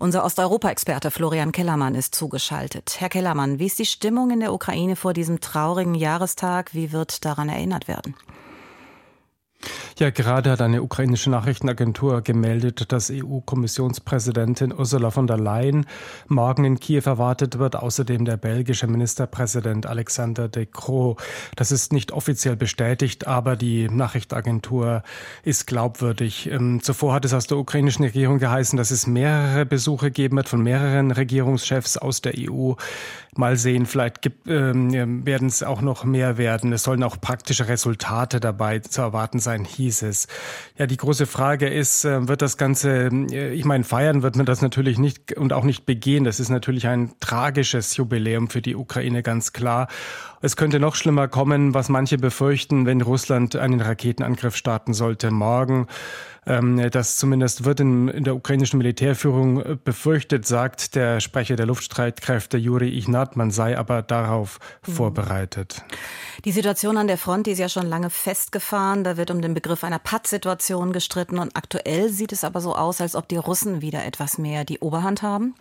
Unser Osteuropa-Experte Florian Kellermann ist zugeschaltet. Herr Kellermann, wie ist die Stimmung in der Ukraine vor diesem traurigen Jahrestag? Wie wird daran erinnert werden? Ja, gerade hat eine ukrainische Nachrichtenagentur gemeldet, dass EU-Kommissionspräsidentin Ursula von der Leyen morgen in Kiew erwartet wird. Außerdem der belgische Ministerpräsident Alexander De Croo. Das ist nicht offiziell bestätigt, aber die Nachrichtenagentur ist glaubwürdig. Zuvor hat es aus der ukrainischen Regierung geheißen, dass es mehrere Besuche geben wird von mehreren Regierungschefs aus der EU. Mal sehen, vielleicht werden es auch noch mehr werden. Es sollen auch praktische Resultate dabei zu erwarten sein, hieß es. Ja, die große Frage ist, wird das Ganze, feiern wird man das natürlich nicht und auch nicht begehen. Das ist natürlich ein tragisches Jubiläum für die Ukraine, ganz klar. Es könnte noch schlimmer kommen, was manche befürchten, wenn Russland einen Raketenangriff starten sollte morgen. Das zumindest wird in der ukrainischen Militärführung befürchtet, sagt der Sprecher der Luftstreitkräfte Juri Ignat. Man sei aber darauf vorbereitet. Die Situation an der Front, die ist ja schon lange festgefahren. Da wird um den Begriff einer Pattsituation gestritten. Und aktuell sieht es aber so aus, als ob die Russen wieder etwas mehr die Oberhand haben.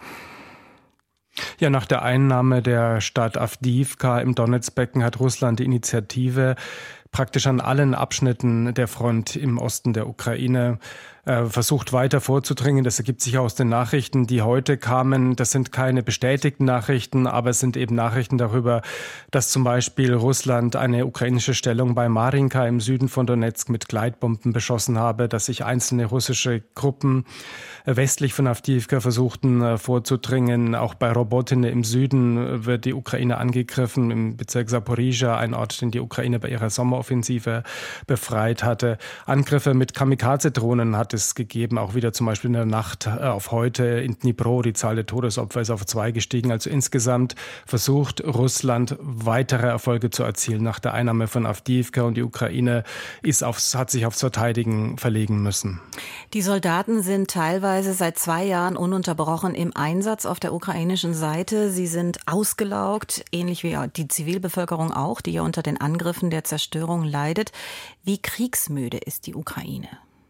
Ja, nach der Einnahme der Stadt Awdijiwka im Donezbecken hat Russland die Initiative praktisch an allen Abschnitten der Front im Osten der Ukraine versucht weiter vorzudringen. Das ergibt sich aus den Nachrichten, die heute kamen. Das sind keine bestätigten Nachrichten, aber es sind eben Nachrichten darüber, dass zum Beispiel Russland eine ukrainische Stellung bei Marinka im Süden von Donetsk mit Gleitbomben beschossen habe, dass sich einzelne russische Gruppen westlich von Awdijiwka versuchten vorzudringen. Auch bei Robotine im Süden wird die Ukraine angegriffen, im Bezirk Saporizhzhia, ein Ort, den die Ukraine bei ihrer Sommeroffensive befreit hatte. Angriffe mit Kamikaze-Drohnen hat es gegeben, auch wieder zum Beispiel in der Nacht auf heute in Dnipro. Die Zahl der Todesopfer ist auf 2 gestiegen. Also insgesamt versucht Russland weitere Erfolge zu erzielen nach der Einnahme von Awdijiwka, und die Ukraine hat sich aufs Verteidigen verlegen müssen. Die Soldaten sind teilweise seit 2 Jahren ununterbrochen im Einsatz auf der ukrainischen Seite. Sie sind ausgelaugt, ähnlich wie die Zivilbevölkerung auch, die ja unter den Angriffen der Zerstörung leidet. Wie kriegsmüde ist die Ukraine?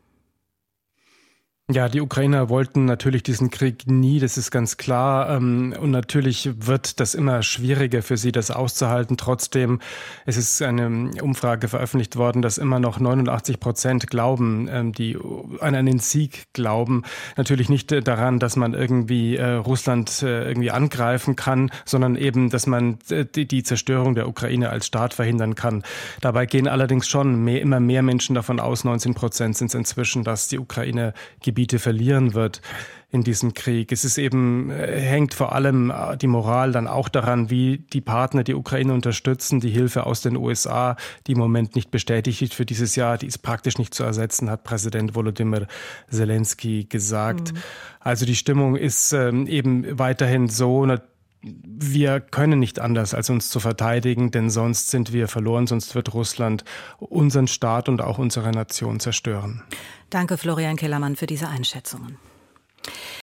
Ja, die Ukrainer wollten natürlich diesen Krieg nie, das ist ganz klar. Und natürlich wird das immer schwieriger für sie, das auszuhalten. Trotzdem, es ist eine Umfrage veröffentlicht worden, dass immer noch 89% glauben, die an einen Sieg glauben. Natürlich nicht daran, dass man irgendwie Russland irgendwie angreifen kann, sondern eben, dass man die Zerstörung der Ukraine als Staat verhindern kann. Dabei gehen allerdings schon immer mehr Menschen davon aus, 19% sind es inzwischen, dass die Ukraine Gebiete verlieren wird in diesem Krieg. Es ist eben, hängt vor allem die Moral dann auch daran, wie die Partner die Ukraine unterstützen. Die Hilfe aus den USA, die im Moment nicht bestätigt ist für dieses Jahr, die ist praktisch nicht zu ersetzen, hat Präsident Volodymyr Zelensky gesagt. Also die Stimmung ist eben weiterhin so, wir können nicht anders, als uns zu verteidigen, denn sonst sind wir verloren, sonst wird Russland unseren Staat und auch unsere Nation zerstören. Danke, Florian Kellermann, für diese Einschätzungen.